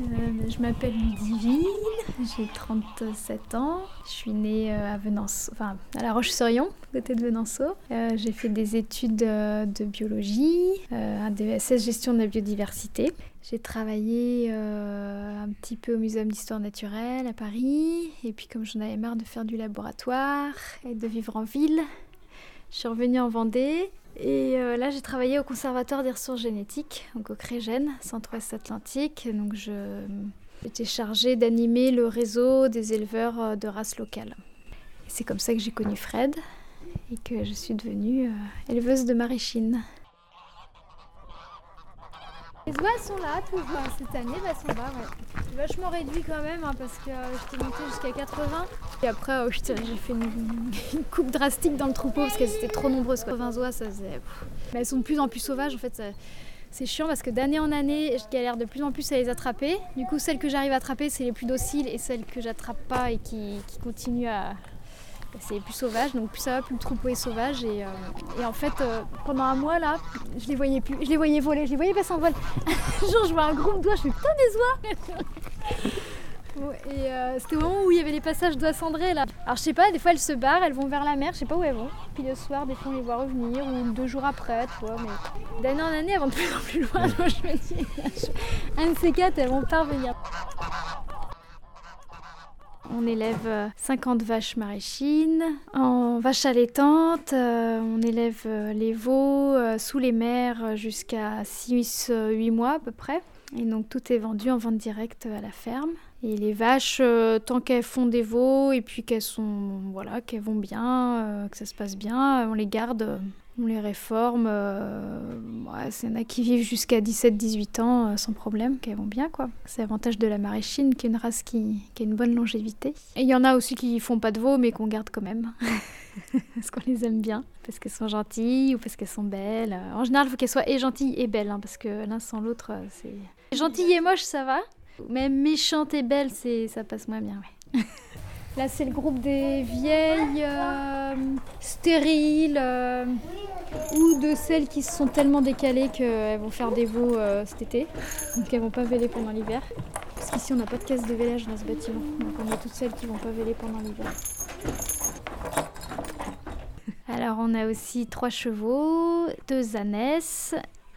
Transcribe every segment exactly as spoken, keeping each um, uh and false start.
Euh, je m'appelle Ludivine, j'ai trente-sept ans. Je suis née à Venançon, enfin à La Roche-sur-Yon, à côté de Venançon. Euh, j'ai fait des études euh, de biologie, euh, un D E S S gestion de la biodiversité. J'ai travaillé euh, un petit peu au Muséum d'histoire naturelle à Paris. Et puis comme j'en avais marre de faire du laboratoire et de vivre en ville, je suis revenue en Vendée. Et euh, là, j'ai travaillé au Conservatoire des ressources génétiques, donc au CREGEN, Centre-Ouest Atlantique. Donc je, j'étais chargée d'animer le réseau des éleveurs de races locales. Et c'est comme ça que j'ai connu Fred et que je suis devenue euh, éleveuse de Maréchine. Les oies sont là, toujours. Cette année, bah, elles sont là, ouais. J'ai vachement réduit quand même, hein, parce que euh, j'étais montée jusqu'à quatre-vingts. Et après, euh, j'ai fait une, une coupe drastique dans le troupeau parce qu'elles étaient trop nombreuses. quatre-vingts oies, ça faisait... Mais elles sont de plus en plus sauvages, en fait. Ça... C'est chiant parce que d'année en année, je galère de plus en plus à les attraper. Du coup, celles que j'arrive à attraper, c'est les plus dociles, et celles que j'attrape pas et qui, qui continuent à... C'est plus sauvage, donc plus ça va, plus le troupeau est sauvage. Et, euh, et en fait, euh, pendant un mois, là, je les voyais plus. Je les voyais voler, je les voyais passer en vol. Genre, je vois un groupe d'oies, je fais putain des oies. Bon, et euh, c'était au moment où il y avait les passages d'oies cendrées, là. Alors, je sais pas, des fois, elles se barrent, elles vont vers la mer, je sais pas où elles vont. Puis le soir, des fois, on les voit revenir, ou deux jours après, tu vois. Mais d'année en année, elles vont de plus en plus loin. Donc, je me dis, un de ces quatre, elles vont pas revenir. On élève cinquante vaches maréchines. En vaches allaitantes, euh, on élève les veaux euh, sous les mers jusqu'à six huit mois à peu près. Et donc tout est vendu en vente directe à la ferme. Et les vaches, euh, tant qu'elles font des veaux et puis qu'elles sont, voilà, qu'elles vont bien, euh, que ça se passe bien, on les garde, on les réforme. Euh, ouais, il y en a qui vivent jusqu'à dix-sept dix-huit ans euh, sans problème, qu'elles vont bien, quoi. C'est l'avantage de la maréchine, qui est une race qui, qui a une bonne longévité. Et il y en a aussi qui font pas de veaux, mais qu'on garde quand même. Parce qu'on les aime bien, parce qu'elles sont gentilles ou parce qu'elles sont belles. En général, il faut qu'elles soient et gentilles et belles, hein, parce que l'un sans l'autre, c'est... Gentille et moche, ça va. Même méchante et belle, c'est... ça passe moins bien, ouais. Là, c'est le groupe des vieilles, euh, stériles, euh, ou de celles qui se sont tellement décalées qu'elles vont faire des veaux euh, cet été. Donc elles vont pas véler pendant l'hiver. Parce qu'ici, on n'a pas de caisse de vélage dans ce bâtiment. Donc on a toutes celles qui vont pas véler pendant l'hiver. Alors on a aussi trois chevaux, deux ânesses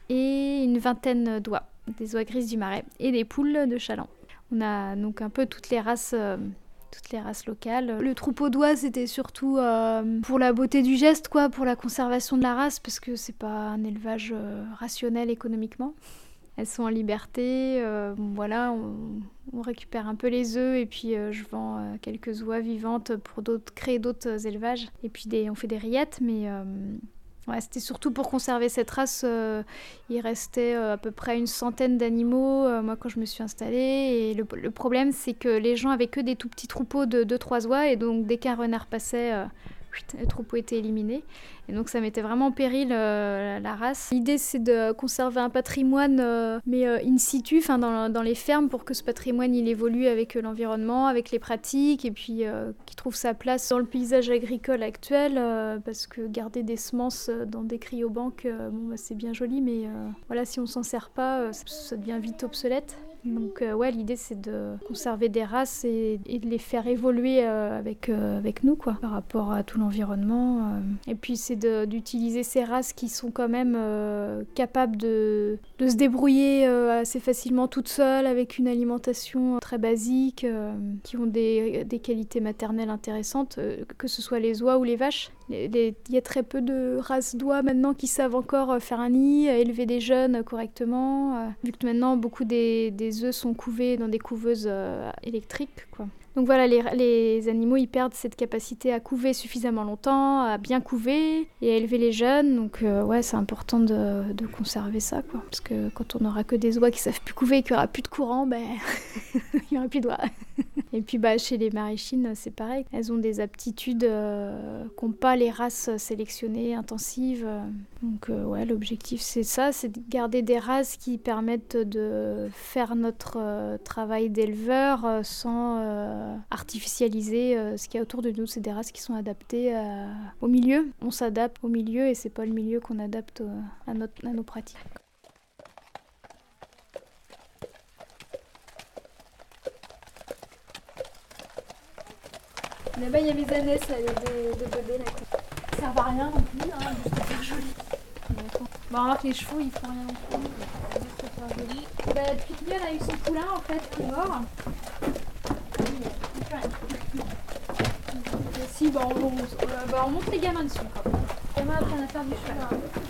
et une vingtaine d'oies, des oies grises du Marais et des poules de Chaland. On a donc un peu toutes les races, euh, toutes les races locales. Le troupeau d'oies, c'était surtout euh, pour la beauté du geste, quoi, pour la conservation de la race, parce que c'est pas un élevage euh, rationnel économiquement. Elles sont en liberté, euh, voilà, on, on récupère un peu les œufs et puis euh, je vends euh, quelques oies vivantes pour d'autres, créer d'autres élevages. Et puis des, on fait des rillettes, mais euh, ouais, c'était surtout pour conserver cette race. Euh, il restait euh, à peu près une centaine d'animaux, euh, moi quand je me suis installée. Et le, le problème, c'est que les gens avaient que des tout petits troupeaux de deux trois oies, et donc dès qu'un renard passait... Euh, le troupeau était éliminé. Et donc ça mettait vraiment en péril euh, la race. L'idée, c'est de conserver un patrimoine, euh, mais euh, in situ, dans, dans les fermes, pour que ce patrimoine il évolue avec euh, l'environnement, avec les pratiques, et puis euh, qu'il trouve sa place dans le paysage agricole actuel, euh, parce que garder des semences dans des cryobanques, euh, bon, bah, c'est bien joli, mais euh, voilà, si on s'en sert pas, euh, ça devient vite obsolète. Donc euh, ouais, l'idée c'est de conserver des races et, et de les faire évoluer euh, avec, euh, avec nous, quoi, par rapport à tout l'environnement. Euh. Et puis c'est de, d'utiliser ces races qui sont quand même euh, capables de, de se débrouiller euh, assez facilement toutes seules, avec une alimentation très basique, euh, qui ont des, des qualités maternelles intéressantes, euh, que ce soit les oies ou les vaches. Il y a très peu de races d'oies maintenant qui savent encore faire un nid, élever des jeunes correctement, vu que maintenant beaucoup des, des œufs sont couvés dans des couveuses euh, électriques, quoi. Donc voilà, les, les animaux ils perdent cette capacité à couver suffisamment longtemps, à bien couver et à élever les jeunes. Donc euh, ouais, c'est important de, de conserver ça, quoi. Parce que quand on n'aura que des oies qui savent plus couver et qu'il n'y aura plus de courant, ben il n'y aura plus d'oies. Et puis bah, chez les maréchines, c'est pareil. Elles ont des aptitudes euh, qu'ont pas les races sélectionnées, intensives. Donc euh, ouais, l'objectif c'est ça, c'est de garder des races qui permettent de faire notre euh, travail d'éleveur euh, sans euh, artificialiser euh, ce qu'il y a autour de nous. C'est des races qui sont adaptées euh, au milieu. On s'adapte au milieu et c'est pas le milieu qu'on adapte euh, à, notre, à nos pratiques. Là-bas, il y a mes ânesses, là, les deux, deux bébés, là. Ça servent à rien non plus, hein, juste à faire joli. Bon, alors que les chevaux, ils font rien non plus. Juste à faire joli. Bah, depuis qu'il a eu son poulain, en fait, qui est mort. Il n'y a plus rien. Si, bah, on, on, bah, on monte les gamins dessus, quoi. Les gamins apprennent à faire du cheval.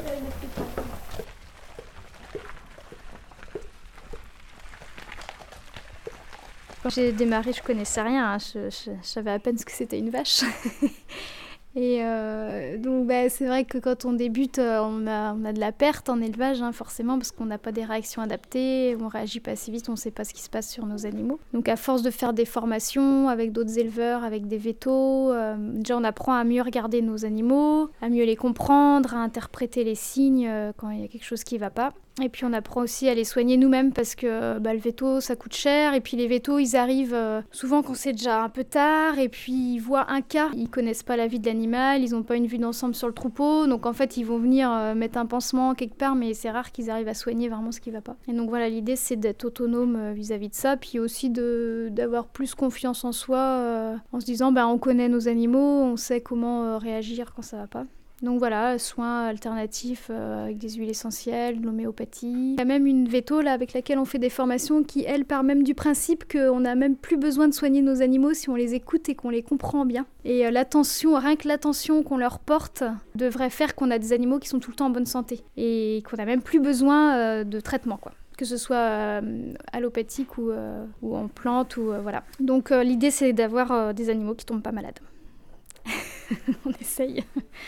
Quand j'ai démarré, je connaissais rien, hein. je, je, je savais à peine ce que c'était une vache. Et euh, donc bah, c'est vrai que quand on débute, on a, on a de la perte en élevage, hein, forcément, parce qu'on n'a pas des réactions adaptées, on réagit pas assez vite, on ne sait pas ce qui se passe sur nos animaux. Donc à force de faire des formations avec d'autres éleveurs, avec des vétos, euh, déjà on apprend à mieux regarder nos animaux, à mieux les comprendre, à interpréter les signes euh, quand il y a quelque chose qui ne va pas. Et puis on apprend aussi à les soigner nous-mêmes parce que bah, le veto ça coûte cher et puis les vétos ils arrivent euh, souvent quand c'est déjà un peu tard et puis ils voient un cas, ils connaissent pas la vie de l'animal, ils ont pas une vue d'ensemble sur le troupeau donc en fait ils vont venir euh, mettre un pansement quelque part mais c'est rare qu'ils arrivent à soigner vraiment ce qui va pas. Et donc voilà, l'idée c'est d'être autonome euh, vis-à-vis de ça puis aussi de, d'avoir plus confiance en soi euh, en se disant bah, on connaît nos animaux, on sait comment euh, réagir quand ça va pas. Donc voilà, soins alternatifs euh, avec des huiles essentielles, de l'homéopathie. Il y a même une véto là, avec laquelle on fait des formations qui, elle, part même du principe qu'on n'a même plus besoin de soigner nos animaux si on les écoute et qu'on les comprend bien. Et euh, l'attention, rien que l'attention qu'on leur porte devrait faire qu'on a des animaux qui sont tout le temps en bonne santé et qu'on n'a même plus besoin euh, de traitement, quoi. Que ce soit euh, allopathique ou, euh, ou en plante, ou euh, voilà. Donc euh, l'idée c'est d'avoir euh, des animaux qui tombent pas malades. On essaye.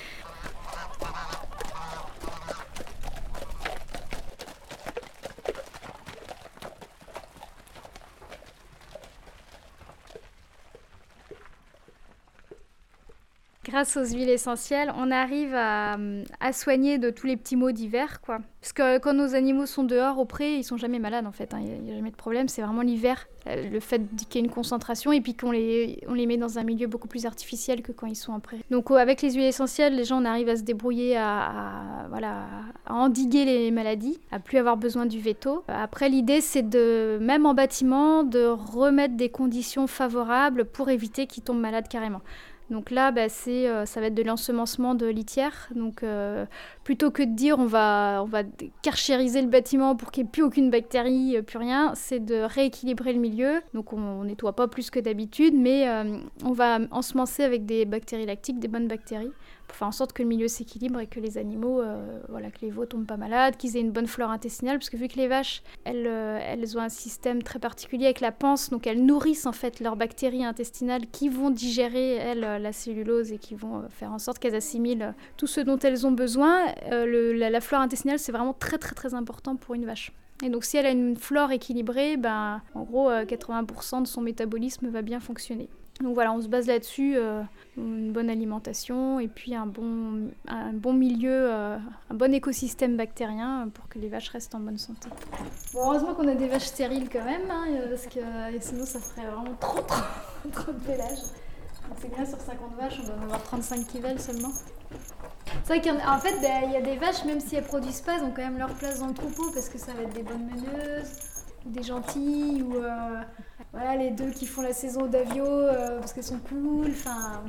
Grâce aux huiles essentielles, on arrive à, à soigner de tous les petits maux d'hiver, quoi. Parce que quand nos animaux sont dehors au pré, ils sont jamais malades en fait, hein. Il n'y a, a jamais de problème, c'est vraiment l'hiver, le fait qu'il y ait une concentration et puis qu'on les, on les met dans un milieu beaucoup plus artificiel que quand ils sont en prairie. Donc avec les huiles essentielles, les gens on arrive à se débrouiller, à, à, voilà, à endiguer les maladies, à plus avoir besoin du veto. Après l'idée c'est de, même en bâtiment, de remettre des conditions favorables pour éviter qu'ils tombent malades carrément. Donc là, bah, c'est, euh, ça va être de l'ensemencement de litière. Donc euh, plutôt que de dire on va, on va karchériser le bâtiment pour qu'il n'y ait plus aucune bactérie, euh, plus rien, c'est de rééquilibrer le milieu. Donc on ne nettoie pas plus que d'habitude, mais euh, on va ensemencer avec des bactéries lactiques, des bonnes bactéries, pour faire en sorte que le milieu s'équilibre et que les animaux, euh, voilà, que les veaux tombent pas malades, qu'ils aient une bonne flore intestinale, parce que vu que les vaches, elles, euh, elles ont un système très particulier avec la panse, donc elles nourrissent en fait leurs bactéries intestinales qui vont digérer, elles, la cellulose et qui vont euh, faire en sorte qu'elles assimilent euh, tout ce dont elles ont besoin. Euh, le, la, la flore intestinale, c'est vraiment très très très important pour une vache. Et donc si elle a une flore équilibrée, ben, en gros euh, quatre-vingts pour cent de son métabolisme va bien fonctionner. Donc voilà, on se base là-dessus, euh, une bonne alimentation et puis un bon, un bon milieu, euh, un bon écosystème bactérien pour que les vaches restent en bonne santé. Bon, heureusement qu'on a des vaches stériles quand même, hein, parce que sinon ça ferait vraiment trop trop, trop de pélage. Donc c'est bien, sur cinquante vaches, on doit en avoir trente-cinq qui veulent seulement. C'est vrai qu'en fait, il y a des vaches, même si elles produisent pas, elles ont quand même leur place dans le troupeau parce que ça va être des bonnes meneuses, ou des gentilles, ou euh, voilà, les deux qui font la saison d'Avio euh, parce qu'elles sont cool, enfin...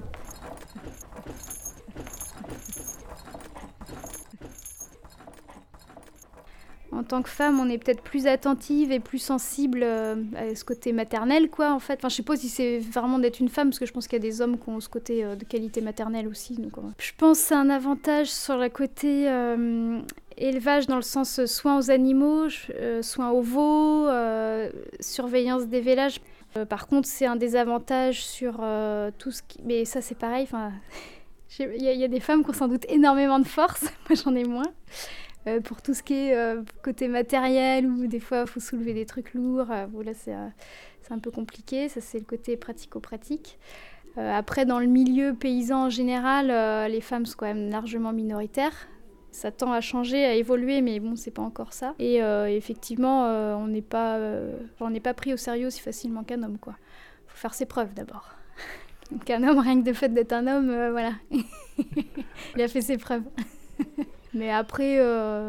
En tant que femme, on est peut-être plus attentive et plus sensible euh, à ce côté maternel, quoi, en fait. Enfin, je sais pas si c'est vraiment d'être une femme, parce que je pense qu'il y a des hommes qui ont ce côté euh, de qualité maternelle aussi. Donc, euh, je pense que c'est un avantage sur le côté euh, élevage, dans le sens euh, soins aux animaux, euh, soins aux veaux, euh, surveillance des vélages. Euh, par contre, c'est un désavantage sur euh, tout ce qui... Mais ça, c'est pareil, enfin... Il y, y a des femmes qui ont sans doute énormément de force, moi j'en ai moins. Euh, pour tout ce qui est euh, côté matériel, où des fois il faut soulever des trucs lourds, euh, bon, là c'est, euh, c'est un peu compliqué, ça c'est le côté pratico-pratique. Euh, après dans le milieu paysan en général, euh, les femmes sont quand même largement minoritaires. Ça tend à changer, à évoluer, mais bon, c'est pas encore ça. Et euh, effectivement, euh, on n'est pas, euh, on n'est pas pris au sérieux aussi facilement qu'un homme, quoi. Faut faire ses preuves d'abord. Donc un homme, rien que le fait d'être un homme, euh, voilà, il a fait ses preuves. Mais après, euh,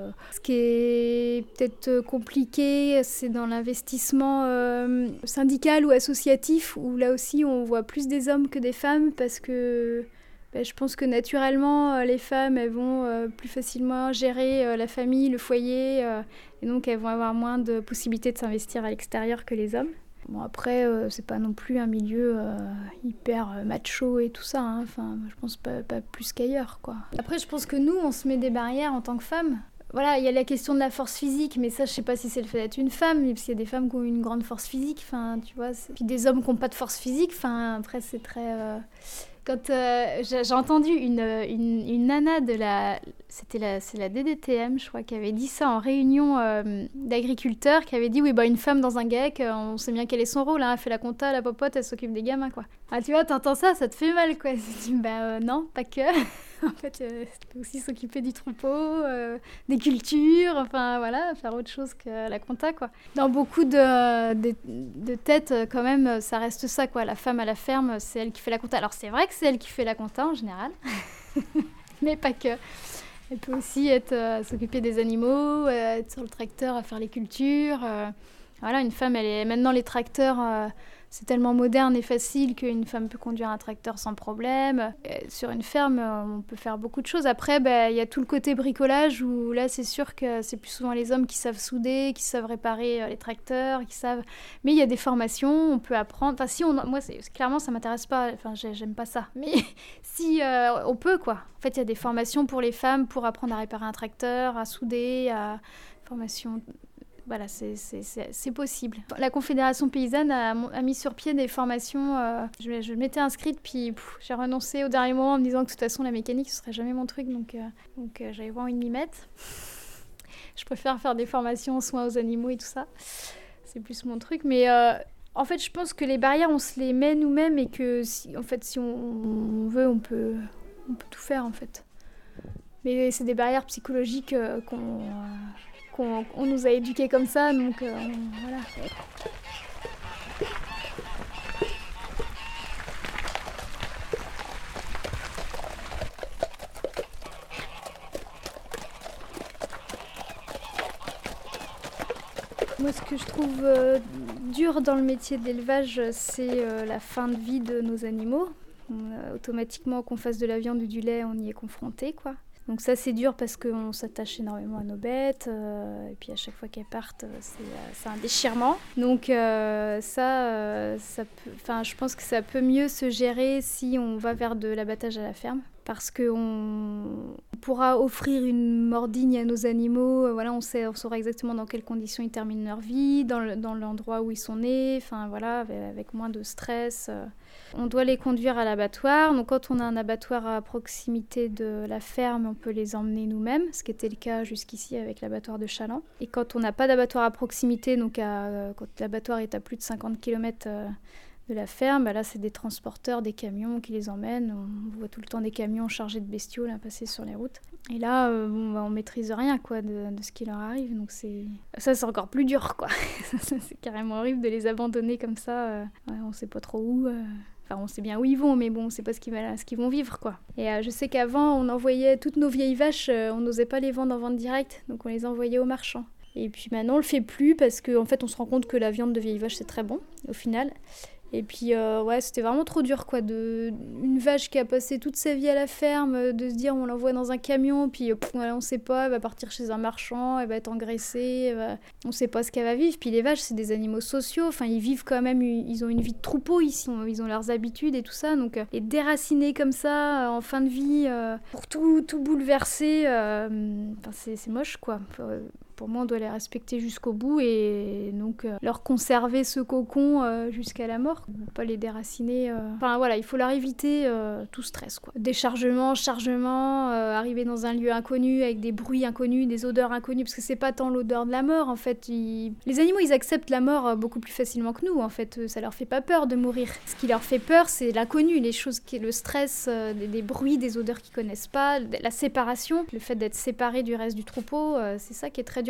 Euh, ce qui est peut-être compliqué, c'est dans l'investissement euh, syndical ou associatif, où là aussi on voit plus des hommes que des femmes, parce que ben, je pense que naturellement, les femmes, elles vont euh, plus facilement gérer euh, la famille, le foyer, euh, et donc elles vont avoir moins de possibilités de s'investir à l'extérieur que les hommes. Bon, après, euh, c'est pas non plus un milieu euh, hyper euh, macho et tout ça, hein. Enfin, je pense pas, pas plus qu'ailleurs, quoi. Après, je pense que nous, on se met des barrières en tant que femmes. Voilà, il y a la question de la force physique, mais ça, je sais pas si c'est le fait d'être une femme, parce qu'il y a des femmes qui ont une grande force physique, enfin, tu vois. C'est... Puis des hommes qui n'ont pas de force physique, enfin, après, c'est très... Euh... Quand euh, j'ai, j'ai entendu une, une, une nana de la... C'était la, c'est la D D T M, je crois, qui avait dit ça en réunion euh, d'agriculteurs, qui avait dit, oui, bah, une femme dans un GAEC, euh, on sait bien quel est son rôle, hein, elle fait la compta, la popote, elle s'occupe des gamins, quoi. Ah, tu vois, t'entends ça, ça te fait mal, quoi. Tu dis, bah euh, non, pas que. En fait, euh, elle peut aussi s'occuper du troupeau, euh, des cultures, enfin, voilà, faire autre chose que la compta, quoi. Dans beaucoup de, de, de têtes, quand même, ça reste ça, quoi. La femme à la ferme, c'est elle qui fait la compta. Alors, c'est vrai que c'est elle qui fait la compta, en général, mais pas que. Elle peut aussi être, euh, s'occuper des animaux, euh, être sur le tracteur à faire les cultures. Euh, voilà, une femme, elle est... Maintenant, les tracteurs, euh, c'est tellement moderne et facile qu'une femme peut conduire un tracteur sans problème. Et sur une ferme, euh, on peut faire beaucoup de choses. Après, bah, y a tout le côté bricolage où là, c'est sûr que c'est plus souvent les hommes qui savent souder, qui savent réparer euh, les tracteurs, qui savent... Mais il y a des formations, on peut apprendre... Enfin, si on... Moi, c'est... clairement, ça m'intéresse pas. Enfin, j'aime pas ça. Mais si euh, on peut, quoi. En fait, il y a des formations pour les femmes pour apprendre à réparer un tracteur, à souder, à... Formation... Voilà, c'est, c'est, c'est, c'est possible. La Confédération paysanne a, a mis sur pied des formations. Euh, je, je m'étais inscrite, puis pff, j'ai renoncé au dernier moment en me disant que de toute façon, la mécanique, ce serait jamais mon truc. Donc, euh, donc euh, j'avais pas envie de m'y mettre. Je préfère faire des formations en soins aux animaux et tout ça. C'est plus mon truc. Mais euh, en fait, je pense que les barrières, on se les met nous-mêmes et que si, en fait, si on, on veut, on peut, on peut tout faire, en fait. Mais c'est des barrières psychologiques euh, qu'on... Euh, qu'on on nous a éduqués comme ça, donc euh, voilà. Moi, ce que je trouve euh, dur dans le métier de l'élevage, c'est euh, la fin de vie de nos animaux. On, euh, automatiquement, qu'on fasse de la viande ou du lait, on y est confronté, quoi. Donc ça, c'est dur parce qu'on s'attache énormément à nos bêtes, euh, et puis à chaque fois qu'elles partent, c'est, euh, c'est un déchirement. Donc euh, ça, euh, ça peut, enfin, je pense que ça peut mieux se gérer si on va vers de l'abattage à la ferme, parce qu'on pourra offrir une mort digne à nos animaux. Voilà, on sait, on saura exactement dans quelles conditions ils terminent leur vie, dans, le, dans l'endroit où ils sont nés, enfin voilà, avec, avec moins de stress. Euh. On doit les conduire à l'abattoir. Donc quand on a un abattoir à proximité de la ferme, on peut les emmener nous-mêmes, ce qui était le cas jusqu'ici avec l'abattoir de Chaland. Et quand on n'a pas d'abattoir à proximité, donc à, quand l'abattoir est à plus de cinquante kilomètres euh, de la ferme, bah là c'est des transporteurs, des camions qui les emmènent. On voit tout le temps des camions chargés de bestiaux là, passer sur les routes. Et là, euh, bon, bah, on maîtrise rien, quoi, de, de ce qui leur arrive. Donc c'est... ça, c'est encore plus dur, quoi. C'est carrément horrible de les abandonner comme ça. Euh, ouais, on sait pas trop où. Euh... Enfin, on sait bien où ils vont, mais bon, on sait pas ce qu'ils, va, ce qu'ils vont vivre, quoi. Et euh, je sais qu'avant, on envoyait toutes nos vieilles vaches, euh, on n'osait pas les vendre en vente directe, donc on les envoyait aux marchands. Et puis maintenant, on le fait plus parce qu'en fait, on se rend compte que la viande de vieille vache, c'est très bon, au final. Et puis, euh, ouais, c'était vraiment trop dur, quoi, de... une vache qui a passé toute sa vie à la ferme, de se dire on l'envoie dans un camion, puis pff, voilà, on sait pas, elle va partir chez un marchand, elle va être engraissée, elle va... on sait pas ce qu'elle va vivre. Puis les vaches, c'est des animaux sociaux, enfin, ils vivent quand même, ils ont une vie de troupeau ici, ils ont leurs habitudes et tout ça, donc euh, les déraciner comme ça, euh, en fin de vie, euh, pour tout, tout bouleverser, euh, enfin, c'est, c'est moche, quoi. Euh, Pour moi, on doit les respecter jusqu'au bout et donc euh, leur conserver ce cocon euh, jusqu'à la mort. On ne peut pas les déraciner. Euh... Enfin voilà, il faut leur éviter euh, tout stress, quoi. Déchargement, chargement, euh, arriver dans un lieu inconnu avec des bruits inconnus, des odeurs inconnues, parce que c'est pas tant l'odeur de la mort, en fait. Ils... Les animaux, ils acceptent la mort beaucoup plus facilement que nous, en fait. Ça leur fait pas peur de mourir. Ce qui leur fait peur, c'est l'inconnu, les choses qui... le stress, euh, des, des bruits, des odeurs qu'ils connaissent pas, la séparation, le fait d'être séparé du reste du troupeau, euh, c'est ça qui est très dur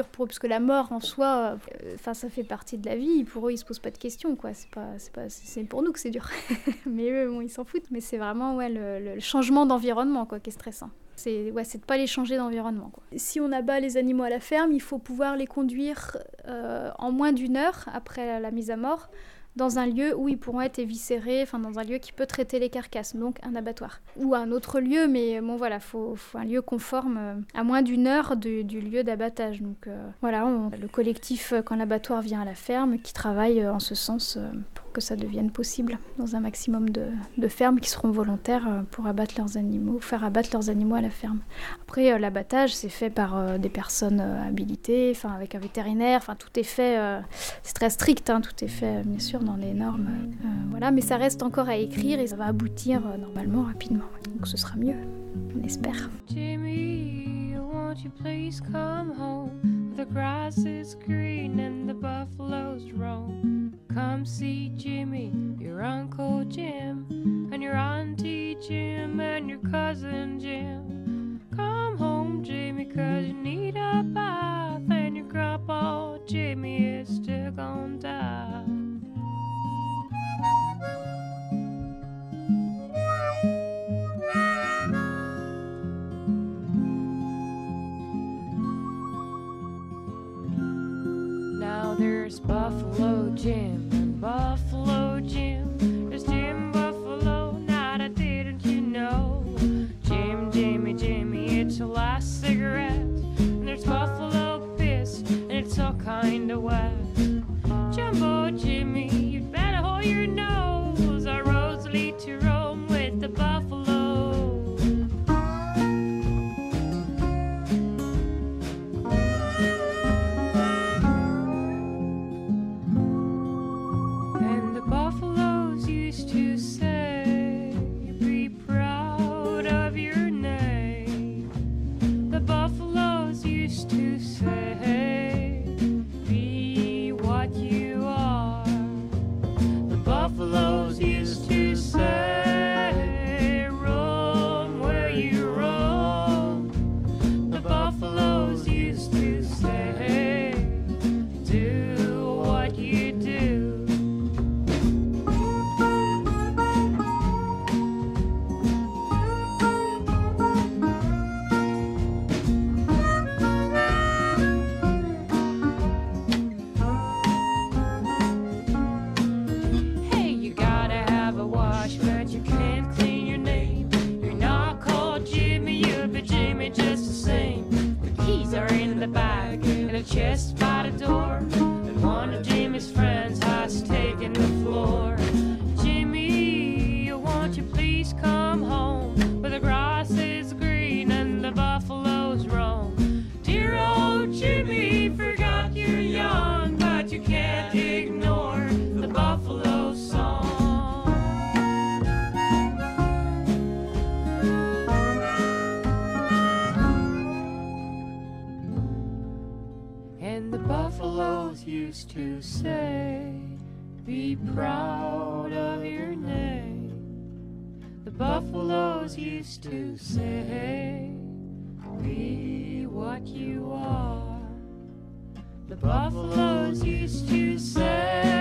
dur pour eux, parce que la mort en soi, enfin euh, ça fait partie de la vie. Pour eux, ils se posent pas de questions, quoi. C'est pas, c'est pas, c'est pour nous que c'est dur. Mais eux, bon, ils s'en foutent. Mais c'est vraiment ouais le, le changement d'environnement, quoi, qui est stressant. C'est ouais, c'est de pas les changer d'environnement, quoi. Si on abat les animaux à la ferme, il faut pouvoir les conduire euh, en moins d'une heure après la, la mise à mort, dans un lieu où ils pourront être éviscérés, enfin dans un lieu qui peut traiter les carcasses, donc un abattoir. Ou un autre lieu, mais bon voilà, faut, faut un lieu conforme euh, à moins d'une heure du, du lieu d'abattage. Donc euh, voilà, on, le collectif euh, Quand l'abattoir vient à la ferme, qui travaille euh, en ce sens euh, pour que ça devienne possible dans un maximum de, de fermes qui seront volontaires euh, pour abattre leurs animaux, faire abattre leurs animaux à la ferme. Après, euh, l'abattage, c'est fait par euh, des personnes euh, habilitées, enfin avec un vétérinaire, enfin tout est fait, euh, c'est très strict, hein, tout est fait euh, bien sûr dans les normes, euh, voilà, mais ça reste encore à écrire et ça va aboutir euh, normalement rapidement, donc ce sera mieux, on espère. Jimmy, won't you please come home? The grass is green and the buffaloes roam. Come see Jimmy, your Uncle Jim, and your Auntie Jim, and your cousin Jim. Come home, Jimmy, 'cause you need a bath, and your grandpa Jimmy is still gonna die. Now there's Buffalo Jim and Buffalo Jim. There's Jim Buffalo, now that didn't you know? Jim, Jimmy, Jimmy, it's your last cigarette. And there's Buffalo piss, and it's all kinda wet. Jumbo Jimmy, you'd better hold your nose. Our roads lead to Rome with the buffalo. And the buffaloes used to say, be proud of your name. The buffaloes used to say, be what you are. The buffaloes used to say, roam where you roam. The buffaloes used to say, do what you do. Hey, you gotta have a wash, but you can't clean your name. You're not called Jimmy, you'll be Jimmy just the same. The keys are in the bag, and a chest by the door. And one of Jimmy's friends has taken the floor. Jimmy, won't you please come home? Where the grass is green and the buffaloes roam. Dear old Jimmy, forgot you're young, but you can't ignore the buffalo song. And the buffaloes used to say, be proud of your name. The buffaloes used to say, be what you are. The buffaloes used to say,